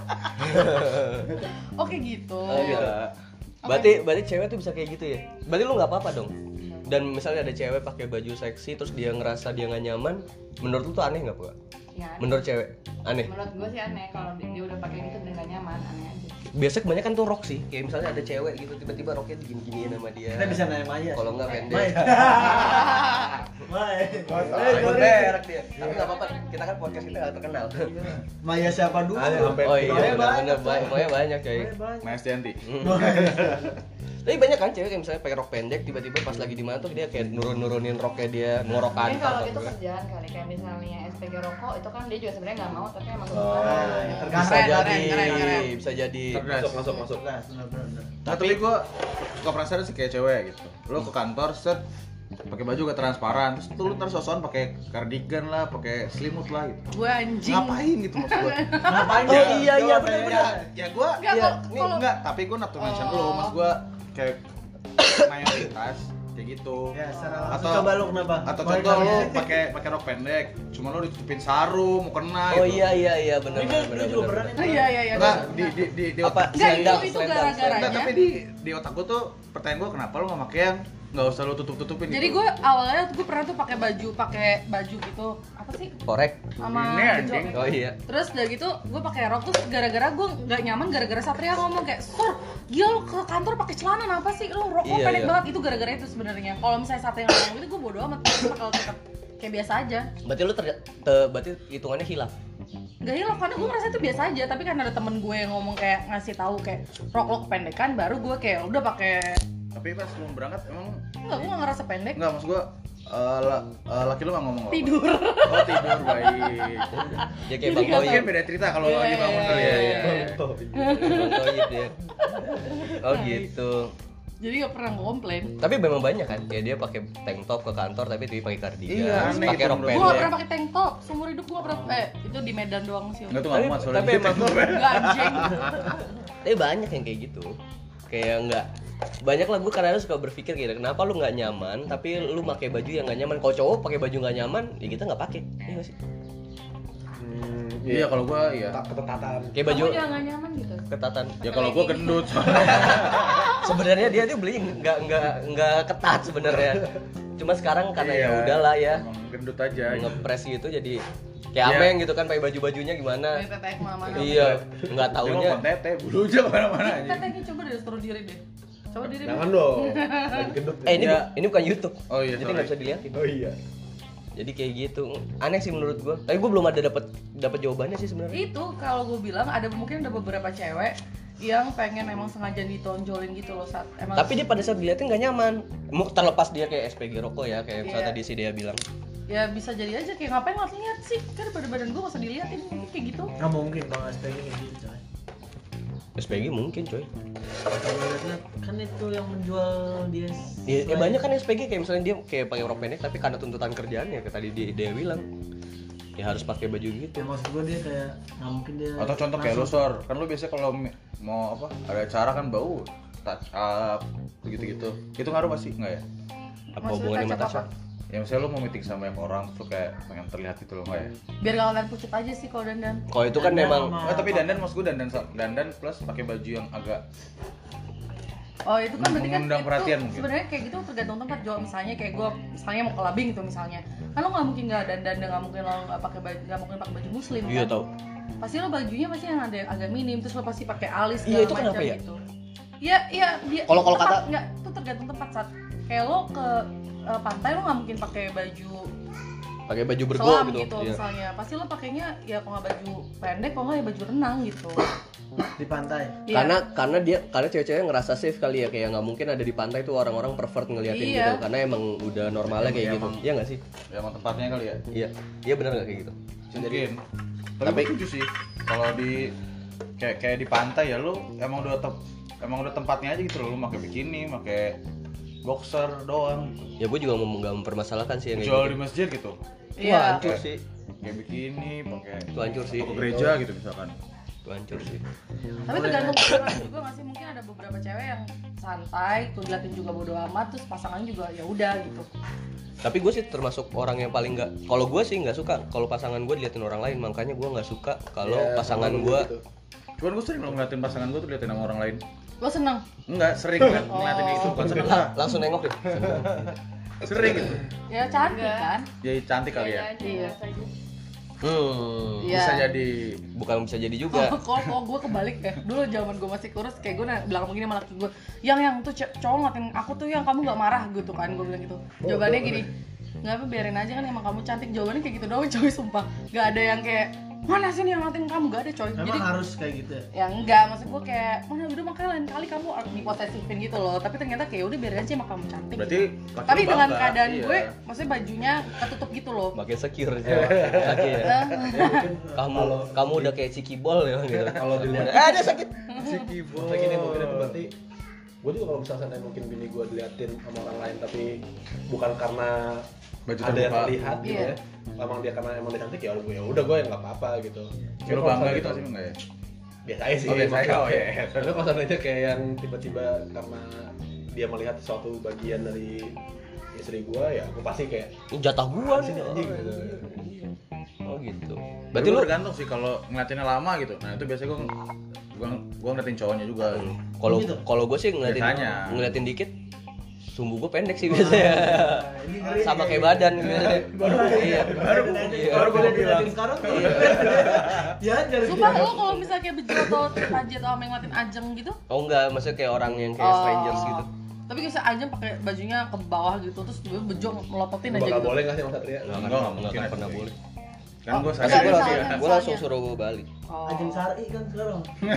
Oke gitu. Oh, iya. Berarti berarti cewek tuh bisa kayak gitu ya. Berarti lu nggak apa-apa dong. Dan misalnya ada cewek pakai baju seksi terus dia ngerasa dia nggak nyaman, menurut lu tuh aneh nggak, Pak? Ya. Menurut cewek aneh. Menurut gue sih aneh kalau dia, dia udah pakai gitu dan gak nyaman, aneh aja. Biasanya kebanyakan tuh rok sih. Kayak misalnya ada cewek gitu tiba-tiba roknya digini-giniin sama dia. Kita bisa nanya Maya. Kalau nggak Maya. pendek. Maya. Eh, sorry. berak dia. Tapi nggak apa-apa. Kita kan podcast kita nggak terkenal. Maya siapa dulu? Ada sampai Oh iya, Maya benar banyak, benar coy. Maya banyak coy. Maya banyak. Mas Tianti. Tapi banyak kan cewek yang misalnya pakai rok pendek tiba-tiba pas lagi di mana tuh dia kayak nurun-nurunin roknya dia ngorok Mungkin kalau kantor. gitu kerjaan kali, kayak misalnya S P G rokok itu kan dia juga sebenarnya nggak mau tapi emang Oh, kebutuhan. iya. Bisa Keren, jadi, keren, keren, keren. bisa jadi. Cerdas. Masuk masuk masuk. Nah, benar, benar, benar. Nah, tapi gue suka penasaran sih kayak cewek gitu. Lo ke kantor set pakai baju gak transparan, terus tuh lu ntar sosokan pakai cardigan lah, pakai selimut lah gitu. Gue anjing. Ngapain gitu maksud gue? Ngapain Oh ya? iya iya Jawab benar aja. benar. Ya gue, Enggak, ya, kalau- nih, kalau- enggak, tapi gue not to mention Oh. lo, mas gue kayak mayoritas kayak gitu. Ya, secara langsung Atau- coba lu kenapa? Atau Mulai contoh dari- lo pakai pakai rok pendek, cuma lo ditutupin sarung, mau kena Oh gitu. iya iya iya benar Ini benar kan benar. lu juga benar. pernah Oh, iya iya iya. Enggak, di di di, di Apa? otak Enggak, itu Selendang, itu selendang, gara-garanya. Enggak, tapi di di otak gue tuh pertanyaan gue kenapa lo nggak pakai yang nggak usah lo tutup tutupin Jadi gitu. gue awalnya tuh gue pernah tuh pakai baju, pakai baju gitu apa sih? Korek. Sama Ini Bejo. anjing. Oh iya. Terus udah gitu gue pakai rok tuh gara-gara gue nggak nyaman gara-gara Satria ngomong kayak Sur, gila lo ke kantor pakai celana apa sih? Lo rok lo Iya, pendek iya. banget. Itu gara-gara itu sebenarnya. Kalau misalnya Satria ngomong itu gue bodo amat. Cuma kalau tetap kayak biasa aja. Berarti lu ter, te- berarti hitungannya hilaf. Gak hilaf karena gue merasa itu biasa aja. Tapi kan ada temen gue yang ngomong kayak ngasih tahu kayak rok lo kependekan, baru gue kayak udah pakai. Tapi pas lo berangkat emang Enggak, gue gak ngerasa pendek. enggak maksud gue uh, la, uh, laki lo nggak ngomong apa? Tidur. Oh tidur baik. Dia kayak Jadi Bang nggak Toyib. Mungkin beda cerita kalau Iya, lagi bangun iya, kali ya. iya, Iya. iya. Bang Toyib dia. Oh gitu. Jadi gak pernah komplain. Tapi memang banyak kan, kayak dia pakai tank top ke kantor tapi dia pakai cardigan, Iya, aneh pakai itu rok menurut Gue pendek. gak pernah pakai tank top. Seumur hidup gue gak pernah. Eh, itu di Medan doang sih. Enggak tuh Tapi- nggak muat soalnya. tapi emang- Enggak anjing. Tapi banyak yang kayak gitu. Kayak enggak banyak lah gue kadang suka berpikir gitu, kenapa lu nggak nyaman tapi lu pakai baju yang nggak nyaman. Kalau cowok pakai baju nggak nyaman, ya kita nggak pakai. Iya nggak sih? Hmm, Iya kalau gue iya. Tak ketetatan. Kayak baju Kamu jangan nyaman gitu. ketatan. Ya kalau gue gendut. Sebenarnya dia tuh beli nggak nggak nggak ketat sebenarnya. Cuma sekarang karena ya Iya. udahlah ya Emang gendut aja. ngepres gitu jadi kayak Iya. Ameng gitu kan pakai baju-bajunya gimana. Dari tetek mana-mana. Iya, nggak Dia taunya. mau tete bulu aja kemana-mana aja. Teteknya coba deh suruh diri deh. Coba diri Jangan deh. dong. Lagi gendut. Eh ini Ya. bu- ini bukan YouTube. Oh iya, Jadi sorry. nggak bisa dilihatin. Oh iya. Jadi kayak gitu. Aneh sih menurut gua. Tapi gua belum ada dapat dapat jawabannya sih sebenarnya. Itu kalau gue bilang ada mungkin ada beberapa cewek yang pengen emang sengaja ditonjolin gitu loh saat emang. Tapi dia pada saat dilihatin nggak nyaman. Mau terlepas dia kayak S P G rokok ya, kayak misalnya Iya. tadi si dia bilang. ya bisa jadi aja kayak ngapain ngeliat sih kan badan badan gue masa diliatin kayak gitu. Nggak mungkin kalau S P G kayak gitu coy. S P G mungkin coy. Kalau lihat kan itu yang menjual dia. Ya, ya banyak kan S P G kayak misalnya dia kayak pakai rok pendek tapi karena tuntutan kerjaannya kayak tadi dia, dia bilang ya harus pakai baju gitu. Ya maksud gue dia kayak nggak mungkin dia. Atau contoh kayak lu langsung- Sor, kan lu biasanya kalau mi- mau apa ada acara kan bau touch up begitu-gitu. Itu ngaruh pasti enggak ya? Apa Maksudnya hubungannya sama touch up Tasya? apa? Ya misalnya lo mau meeting sama banyak orang tuh kayak pengen terlihat gitu loh nggak ya? Biar gak kelihatan pucet aja sih kalau dandan. Kalau itu kan Dandan memang sama- Oh, tapi dandan maksud gue dandan dandan plus pakai baju yang agak Oh itu kan berarti kan Mengundang itu perhatian mungkin. sebenarnya kayak gitu tergantung tempat. Jo misalnya kayak gue misalnya mau clubbing gitu misalnya, kan lo nggak mungkin nggak dandan, nggak mungkin lo nggak pakai baju, nggak mungkin pakai baju muslim iya kan? tau. Pasti lo bajunya pasti yang ada yang agak minim, terus lo pasti pakai alis Iya, segala itu kenapa macam ya? gitu. Iya iya dia. Kalau- kalau tempat, kata- nggak itu tergantung tempat saat kayak lo ke eh, pantai lo nggak mungkin pakai baju Pakai baju bergo selam gitu. gitu, Iya. misalnya. Pasti lo pakainya ya kalau nggak baju pendek, kalau nggak ya baju renang gitu. Di pantai. Iya. Karena karena dia karena cewek-cewek ngerasa safe kali ya, kayak nggak mungkin ada di pantai tuh orang-orang pervert ngeliatin Iya. gitu. Karena emang udah normalnya kayak Iya, gitu. emang. Iya nggak sih? ya emang tempatnya kali ya. Iya. Iya benar nggak kayak gitu? Mungkin. Tapi, Tapi- gue setuju sih. Kalau di kayak kayak di pantai ya lu emang udah tem- emang udah tempatnya aja gitu loh. Lu pakai bikini, pakai boxer doang. Ya gue juga mau nggak mempermasalahkan sih yang kayak Jual gitu. di masjid gitu. Iya. Wah, hancur sih. Kayak bikini, pakai Itu hancur sih. ke gereja gitu misalkan. Itu hancur sih. Tapi tergantung orang juga nggak sih, mungkin ada beberapa cewek yang santai, tuh diliatin juga bodo amat, terus pasangannya juga ya udah gitu. Tapi gue sih termasuk orang yang paling nggak. Kalau gue sih nggak suka kalau pasangan gue diliatin orang lain. Makanya gue nggak suka kalau Ya, pasangan sama gue. gitu. Cuman gue sering lo ngeliatin pasangan gue tuh liatin sama orang lain. Lo seneng? Enggak, sering ngeliat- ngeliatin itu bukan seneng. Langsung nengok deh. Sering gitu. Ya cantik kan? Jadi cantik kali ya. Iya. Hmm. Iya. Bisa jadi Bukan bisa jadi juga. Kalau kalau kalau gue kebalik ya, dulu zaman gue masih kurus kayak gue na- bilang begini sama laki gue, yang yang tuh ce- cowok ngatain aku tuh yang kamu nggak marah gitu kan, gue bilang gitu. Jawabannya gini, nggak apa biarin aja kan emang kamu cantik. Jawabannya kayak gitu doang coy, sumpah. Nggak ada yang kayak mana sih nih yang ngatain kamu, nggak ada coy. Memang Jadi harus kayak gitu ya. ya enggak, maksud gue kayak mana udah makanya lain kali kamu diposesifin gitu loh, tapi ternyata kayak udah biarin aja emang kamu cantik berarti gitu. laki Tapi lu dengan bangga, keadaan iya. gue maksudnya bajunya ketutup gitu loh. Makin secure aja. Lagi ya. Eh, Kamu kamu udah kayak cikibol ya gitu. Kalau dilihat Eh ada sakit. Kayak gini mungkin itu berarti gue juga kalau misalnya mungkin bini gue diliatin sama orang lain tapi bukan karena Baju ada yang terbuka. terlihat gitu Iya. ya, emang dia karena emang dia cantik ya udah ya udah gue yang nggak apa-apa gitu. Lu bangga gitu sih enggak ya? Biasa aja sih. Oh, biasa aja. Oh, iya. Tapi kalau seandainya kayak yang tiba-tiba karena dia melihat suatu bagian dari istri gue ya gue pasti kayak Jatah gua sini nih. anjing gitu. Oh gitu. Berarti Berarti lu lu tergantung sih kalau ngeliatinnya lama gitu. Nah, itu biasanya gua gua gua ngeliatin cowoknya juga. kalau Gitu. kalau gue sih ngeliatin Biasanya. ngeliatin dikit sumbu gue pendek sih biasanya. Ini ngeri Sama kayak kayak badan gitu. Baru Iya. baru Iya. baru gue liatin sekarang tuh. Ya jadi. Sumpah lo kalau misalnya kayak bejo atau tajat atau sama yang ngeliatin ajeng gitu. Oh enggak, maksudnya kayak orang yang kayak Oh. strangers gitu. Tapi bisa ajeng pakai bajunya ke bawah gitu, terus dia bejo melototin aja Bakal gitu. boleh nggak sih Mas Satria? Enggak, enggak Enggak mungkin akan ada pernah kayak boleh. Kan gua Oh, sadar Masa enggak, gue sih misalnya. ya. langsung, gue langsung suruh gue balik. Oh. Anjing Sari kan sekarang.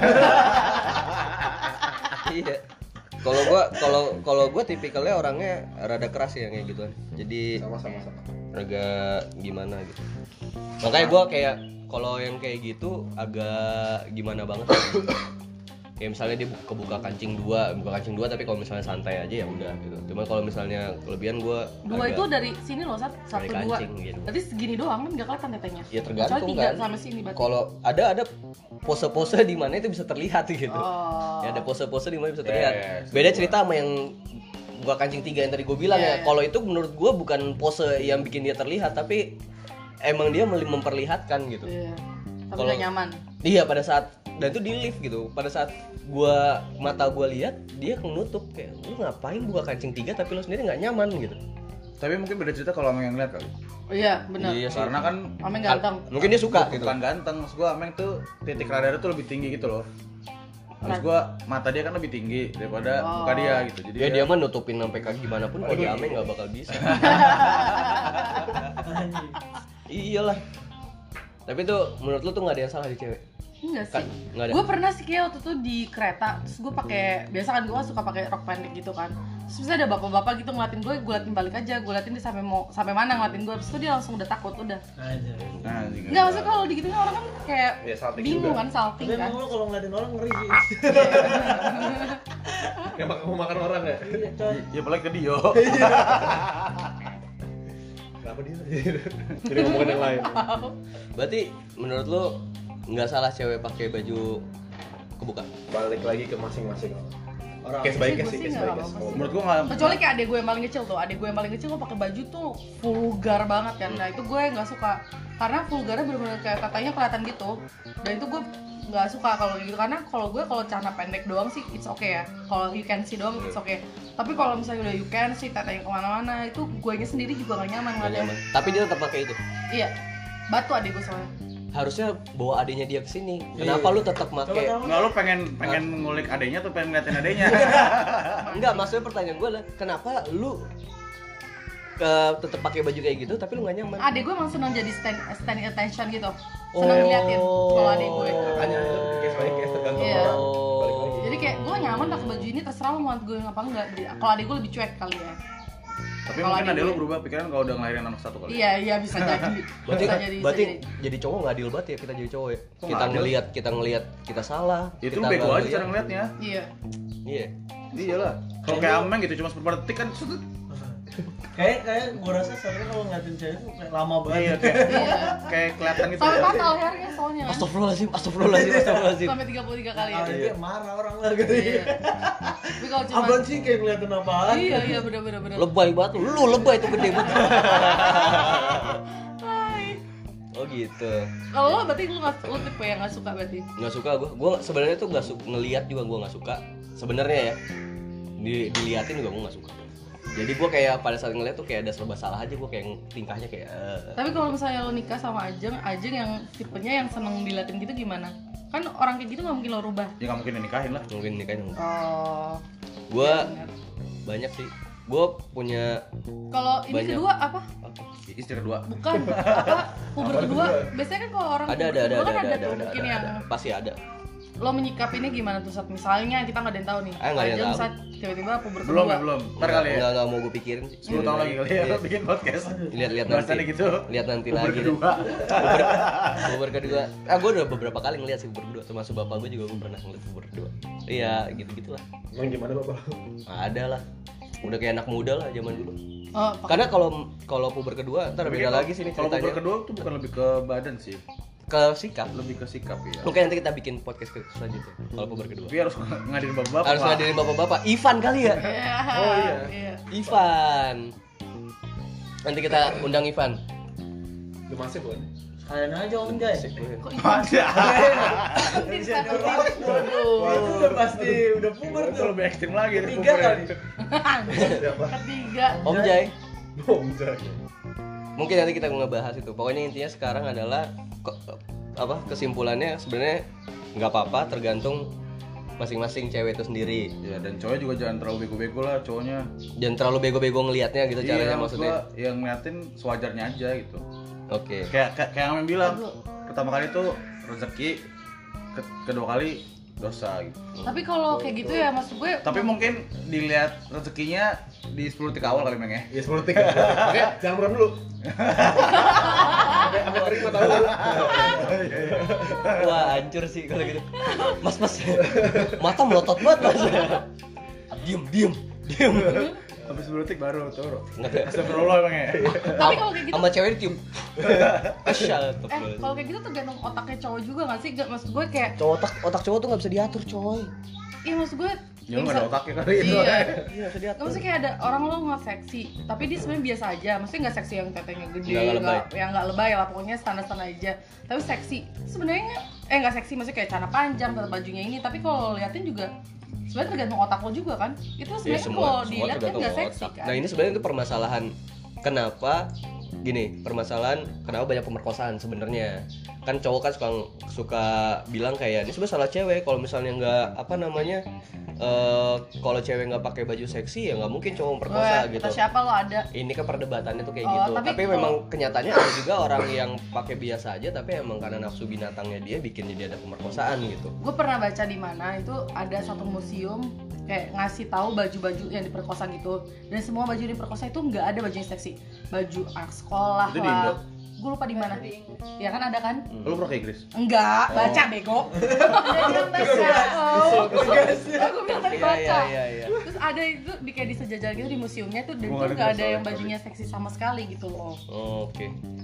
Iya. Kalau gue kalau kalau gue tipikalnya orangnya rada keras ya kayak gituan. Jadi Sama-sama sama. agak gimana gitu. Makanya gue kayak kalau yang kayak gitu agak gimana banget. Kayak misalnya dia bu- kebuka kancing dua, buka kancing dua tapi kalau misalnya santai aja ya udah gitu. Cuma kalau misalnya kelebihan gue Dua itu dari sini loh, Sat. Satu Dari dua. kancing, gitu. Berarti segini doang kan enggak kelihatan tetenya. ya tergantung Kecuali tiga kan. sama sini berarti. Kalau ada ada pose-pose di mana itu bisa terlihat gitu. Oh. Ya ada pose-pose di mana bisa Ya, terlihat. ya, ya, Beda setuju cerita sama yang buka kancing tiga yang tadi gue bilang Ya, ya. ya. Kalau itu menurut gue bukan pose yang bikin dia terlihat, tapi emang dia meli- memperlihatkan gitu. Iya. Tapi Kalau- nggak nyaman. Iya pada saat dan itu di lift gitu. Pada saat gua mata gua lihat dia menutup kayak lu ngapain buka kancing tiga tapi lu sendiri nggak nyaman gitu. Tapi mungkin beda cerita kalau Ameng yang lihat kali. Oh iya, benar. Iya sih. Karena kan Ameng ganteng. Mungkin dia suka gitu. bukan ganteng, maksud gua Ameng tuh titik radar tuh lebih tinggi gitu loh. Maksud gua mata dia kan lebih tinggi daripada Oh. muka dia gitu. Jadi Ya dia mah nutupin sampai kaki gimana pun kalau dia ame nggak bakal bisa. Anjing. Iyalah. Tapi tuh menurut lu tuh nggak ada yang salah di cewek? Enggak Kan, sih. nggak ada. Gue pernah sih kayak waktu itu di kereta, terus gue pakai biasa kan gue suka pakai rok pendek gitu kan. Terus bisa ada bapak-bapak gitu ngeliatin gue, gue liatin balik aja, gue liatin dia sampai mau sampai mana ngeliatin gue, terus tuh dia langsung udah takut udah. Anjing. nah, anjing. Enggak, maksudnya kalau digituin orang kan kayak Ya, salting bingung juga. kan, salting Tapi kan. emang lu kalau ngeliatin orang ngeri sih. Emang kamu makan orang ya? Iya coy. Ya balik ke Dio. Kenapa dia? Jadi ngomongin yang lain. Berarti menurut lu nggak salah cewek pakai baju kebuka? Balik lagi ke masing-masing. Orang Case by Sih, case gua sih, sih case nggak by apa-apa case. sih. Menurut gua nggak. Kecuali kayak adek gue yang paling kecil tuh, adek gue yang paling kecil gue pakai baju tuh vulgar banget kan. Nah itu gue nggak suka karena vulgarnya bener-bener kayak katanya kelihatan gitu. Dan itu gue nggak suka kalau gitu karena kalau gue kalau celana pendek doang sih it's okay ya. Kalau you can see doang it's okay. Tapi kalau misalnya udah you can see tetenya kemana-mana itu guenya sendiri juga nggak nyaman Nggak ngeliatnya. nyaman. Tapi dia tetap pakai itu. Iya, batu adek gue soalnya. Harusnya bawa adenya dia ke sini. Kenapa lu tetap Coba pakai? tahu. Nggak, lu pengen pengen ngulik adenya atau pengen ngeliatin adenya? Enggak, maksudnya pertanyaan gue adalah kenapa lu ke tetap pakai baju kayak gitu tapi lu nggak nyaman? Adek gue emang senang jadi stand, standing attention gitu. Senang ngeliatin kalau adek gue. Makanya itu case by case tergantung Iya. orang. Balik lagi. Jadi kayak gue nyaman pakai baju ini terserah lo mau gue apa enggak. Kalau adek gue lebih cuek kali ya. Tapi Kalau mungkin adek adek lu gue- berubah pikiran kalau udah ngelahirin anak satu kali. Iya, iya bisa jadi. Berarti bisa jadi, bisa berarti jadi. jadi cowok nggak adil banget ya kita jadi cowok ya. Kok Kita nggak adil? ngelihat kita ngelihat kita salah. Itu kita lu bego nggak aja ngeliat. cara ngeliatnya. Iya. Iya. Iyalah. Kalau kayak Ameng gitu cuma seperempat detik kan sudut. Kayak kayak gue rasa sebenarnya kalau ngeliatin cewek tuh kayak lama banget. Iya kayak Iya. kayak kelihatan gitu Sampai ya. fatal hairnya soalnya kan. Astagfirullahaladzim, astagfirullahaladzim, astagfirullahaladzim. Sampai tiga puluh tiga kali ya. Ah, dia marah orang lah gitu. Iya. Tapi kalau cuma Apaan sih kayak ngeliatin apaan? Iya, iya benar benar benar. Lebay banget lu, lu lebay itu gede banget. Hai. Oh gitu. Kalau lo berarti lu nggak lu tipe yang nggak suka berarti. Nggak suka gue, gue sebenarnya tuh nggak suka ngelihat juga gue nggak suka. Sebenarnya ya, di, diliatin juga gue nggak suka. Jadi gue kayak pada saat ngeliat tuh kayak ada serba salah aja, gue kayak tingkahnya kayak. eh. Tapi kalau misalnya lo nikah sama Ajeng, Ajeng yang tipenya yang seneng diliatin gitu gimana? Kan orang kayak gitu nggak mungkin lo rubah. Ya nggak mungkin dinikahin lah. Mungkin ini kan. Oh. Gue benar. banyak sih. Gue punya Kalau ini Banyak. kedua apa? Istri kedua. Bukan apa? Puber kedua. Biasanya kan kalau orang ada puber ada ada kedua ada kan ada ada, ada, tuh ada, mungkin ada, yang ada. Pasti ada. lo menyikapinya gimana tuh saat misalnya kita nggak ada yang tahu nih. Ah, nggak ada yang Ajeng tahu. saat tiba-tiba puber kedua. Belum ya belum. Ntar kali ya. Nggak nggak mau gue pikirin. sih. sepuluh tahun lagi kali ya Iya. bikin podcast. Lihat-lihat Bahasannya nanti. gitu. Lihat nanti Puber lagi. kedua. Puber, puber kedua. Ah gue udah beberapa kali ngeliat sih puber kedua. Termasuk bapak gue juga gue pernah ngeliat puber kedua. Iya gitu gitulah. Emang gimana bapak? Ada lah. Udah kayak anak muda lah zaman dulu. Oh, Karena kalau kalau puber kedua ntar beda lagi sih nih Kalau puber ceritanya. kedua tuh bukan lebih ke badan sih, Ke sikap. lebih ke sikap ya. Mungkin nanti kita bikin podcast ke selanjutnya kalau puber kedua. Tapi harus ngadirin bapak-bapak. Harus Pak. ngadirin bapak-bapak. Ivan kali ya. iya. Oh, iya. Iya. Ivan. Nanti kita undang Ivan. Udah masih bukan? Kalian aja Om Jay. Kok ini? Ada. Bisa tuh. Waduh, itu udah pasti udah puber Itu tuh. lebih ekstrim lagi dari Tiga puber kali. ini. Siapa? Ketiga. Om Jai. Om Jai. Mungkin nanti kita ngebahas itu. Pokoknya intinya sekarang adalah ke- apa kesimpulannya sebenarnya nggak apa-apa tergantung masing-masing cewek itu sendiri. Ya dan cowok juga jangan terlalu bego-bego lah cowoknya. Jangan terlalu bego-bego ngelihatnya gitu caranya Iya, maksud maksudnya. gua yang ngeliatin sewajarnya aja gitu. Oke. Kayak kayak, kayak yang Amin bilang, pertama kali tuh rezeki, ke- kedua kali dosa gitu. Tapi kalau kayak gitu ya maksud gue. Tapi mungkin dilihat rezekinya di sepuluh detik awal kali Meng ya. Ya sepuluh detik. Oke, jangan buram dulu. Sampai sampai kering mata lu. Wah, hancur sih kalau gitu. Mas, Mas. Mata melotot banget, Mas. Diem, diem, diem. Habis sepuluh detik baru turun. Nggak. Astagfirullah Bang ya. Tapi kalau kayak gitu. Sama cewek ditiup. Asya, Eh, kalau kayak gitu tergantung otaknya cowok juga nggak sih? Gak, maksud gue kayak, cowok otak otak cowok tuh nggak bisa diatur, coy. iya maksud gue. Ya lu enggak ada otaknya kali itu. Iya. Iya, bisa diatur. Gak maksudnya kayak ada orang lo nggak seksi, tapi dia sebenarnya biasa aja. Maksudnya nggak seksi yang tetenya gede, Nggak lebay. nggak yang nggak lebay lah, pokoknya standar-standar aja. Tapi seksi, sebenarnya eh nggak seksi, maksudnya kayak celana panjang, tetap bajunya ini. Tapi kalau liatin juga sebenarnya tergantung otak lo juga kan. Itu Ya, sebenarnya semua, kalau semua dilihat kan tergantung nggak seksi otak. kan. Nah ini sebenarnya itu permasalahan kenapa gini permasalahan kenapa banyak pemerkosaan sebenarnya kan cowok kan suka suka bilang kayak ini sebenarnya salah cewek kalau misalnya nggak apa namanya eh kalau cewek nggak pakai baju seksi ya nggak mungkin cowok memperkosa Wah, gitu. kata siapa lo ada? Ini kan perdebatannya tuh kayak Oh, gitu. tapi Tapi, kalau- memang kenyataannya ada juga orang yang pakai biasa aja tapi emang karena nafsu binatangnya dia bikin dia ada pemerkosaan gitu. Gue pernah baca di mana itu ada satu museum kayak ngasih tahu baju-baju yang diperkosa gitu, dan semua baju yang diperkosa itu nggak ada baju yang seksi, baju anak sekolah Itu di Indo? lah. Gue lupa di mana. Ya kan ada kan? Lu pernah ke Inggris? Enggak, baca bego. Dia bilang baca. Oh, aku bilang tadi Iya baca. iya iya iya. Terus ada itu di kayak di sejajar gitu di museumnya tuh, dan Gua itu nggak nggak dengar ada yang soal bajunya seksi sama sekali gitu loh. Oh, oke.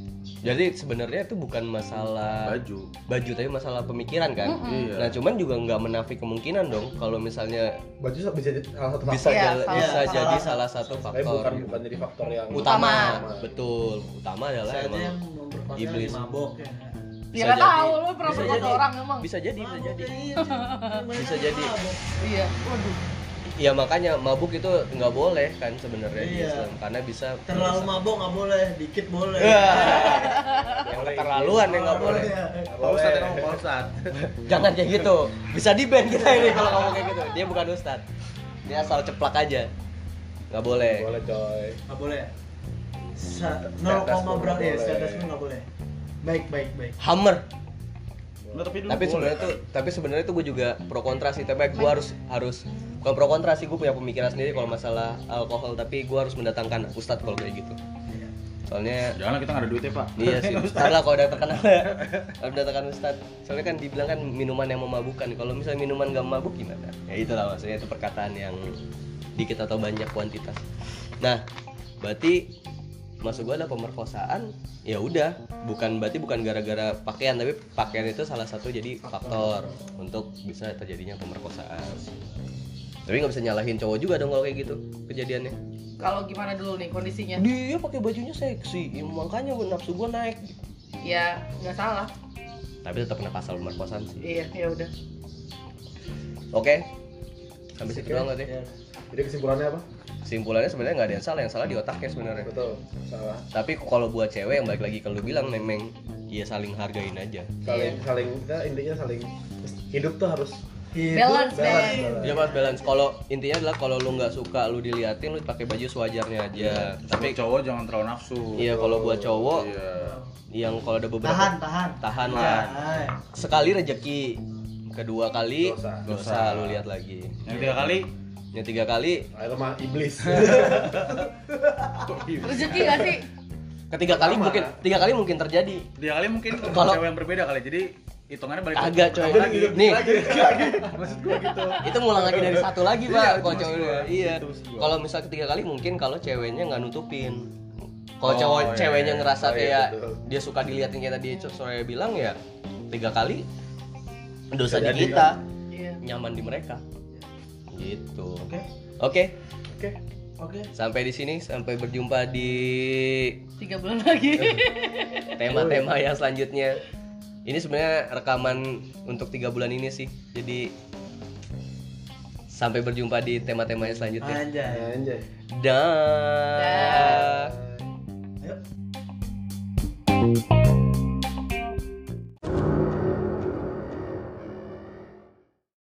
Jadi sebenarnya itu bukan masalah Baju. baju tapi masalah pemikiran kan. Iya. Nah cuman juga nggak menafik kemungkinan dong kalau misalnya Baju bisa jadi salah satu bisa Iya, jala- salah- bisa salah jadi satu. salah satu tapi faktor bukan bukan jadi faktor yang utama. Utama. Betul, utama adalah Saya aja emang yang memperkosa iblis. lagi mabok ya. Ya Bisa nggak jadi. tahu lu pernah Bisa berbuat jadi. orang emang. bisa jadi, bisa Mabok jadi. kayak gitu. Bisa jadi. Iya. Waduh. Ya makanya mabuk itu nggak boleh kan sebenarnya di Iya. Islam karena bisa Terlalu mabok nggak boleh, dikit boleh. Ya. Yang keterlaluan yang nggak boleh. Iya. Pak Ustadz yang ngomong Pak Ustadz. Jangan kayak gitu. Bisa di ban kita ini kalau ngomong kayak gitu. Dia bukan ustadz. Dia asal ceplak aja. Nggak boleh. boleh coy. Nggak boleh. Sa- nol koma berapa ya? Setetes pun nggak boleh. Baik, baik, baik. Hammer. Nggak, tapi dulu Tapi boleh. sebenarnya tuh, tapi sebenarnya tuh gue juga pro kontra sih. Tapi gue harus harus bukan pro kontra sih. Gue punya pemikiran sendiri kalau masalah alkohol. Tapi gue harus mendatangkan ustadz kalau kayak gitu. Soalnya Janganlah kita nggak ada duit ya Pak. iya sih, ntar lah kalau udah terkenal ya harus mendatangkan ustadz. Soalnya kan dibilang kan minuman yang memabukkan. Kalau misalnya minuman gak mabuk gimana? Ya itulah maksudnya, itu perkataan yang dikit atau banyak kuantitas. Nah, berarti maksud gue adalah pemerkosaan. Ya udah, bukan berarti bukan gara-gara pakaian, tapi pakaian itu salah satu jadi faktor untuk bisa terjadinya pemerkosaan. Tapi nggak bisa nyalahin cowok juga dong kalau kayak gitu kejadiannya. Kalau gimana dulu nih kondisinya? Dia pakai bajunya seksi, ya, makanya gua nafsu gue naik. Ya nggak salah. Tapi tetap kena pasal pemerkosaan sih. Iya, ya udah. Oke, sampai situ doang tadi. Ya. Jadi kesimpulannya apa? Kesimpulannya sebenarnya nggak ada yang salah, yang salah di otaknya sebenarnya. Betul, salah. Tapi kalau buat cewek yang balik lagi kalau lu bilang memang ya saling hargain aja. Saling saling kita intinya saling hidup tuh harus Hidup, Balance, balance, deh. balance. Ya mas balance. Kalau intinya adalah kalau lu nggak suka lu diliatin, lu pakai baju sewajarnya aja. Tapi Tapi cowok jangan terlalu nafsu. iya kalau buat cowok Iya. yang kalau ada beberapa Tahan, tahan. tahan Tahan. lah. Ay. Sekali rezeki, kedua kali Dosa. dosa, lu lihat lagi. Yang tiga kali Yang tiga kali, Ah, itu mah iblis. Rezeki gak sih? ketiga kali Pertama. mungkin tiga kali mungkin terjadi. tiga kali mungkin Kalau- cewek yang berbeda kali. Jadi hitungannya balik Agak coy. pertama lagi. Nih, Maksud gua gitu. itu ngulang lagi dari satu lagi Iya, pak. itu Kalau maksud cowok gua. iya. Itu maksud gua. Kalau misal ketiga kali mungkin kalau ceweknya nggak nutupin. Kalau Oh, cowok iya, ceweknya iya. ngerasa Oh, iya, kayak betul. dia suka diliatin kayak tadi Soraya bilang ya tiga kali dosa Bisa di jadi, kita, Iya. nyaman di mereka. Gitu. Oke, Oke, Oke. oke. sampai di sini, sampai berjumpa di Tiga bulan lagi. tema-tema yang selanjutnya. Ini sebenarnya rekaman untuk tiga bulan ini sih. Jadi sampai berjumpa di tema-tema yang selanjutnya. Anjay. Anjay. Dah.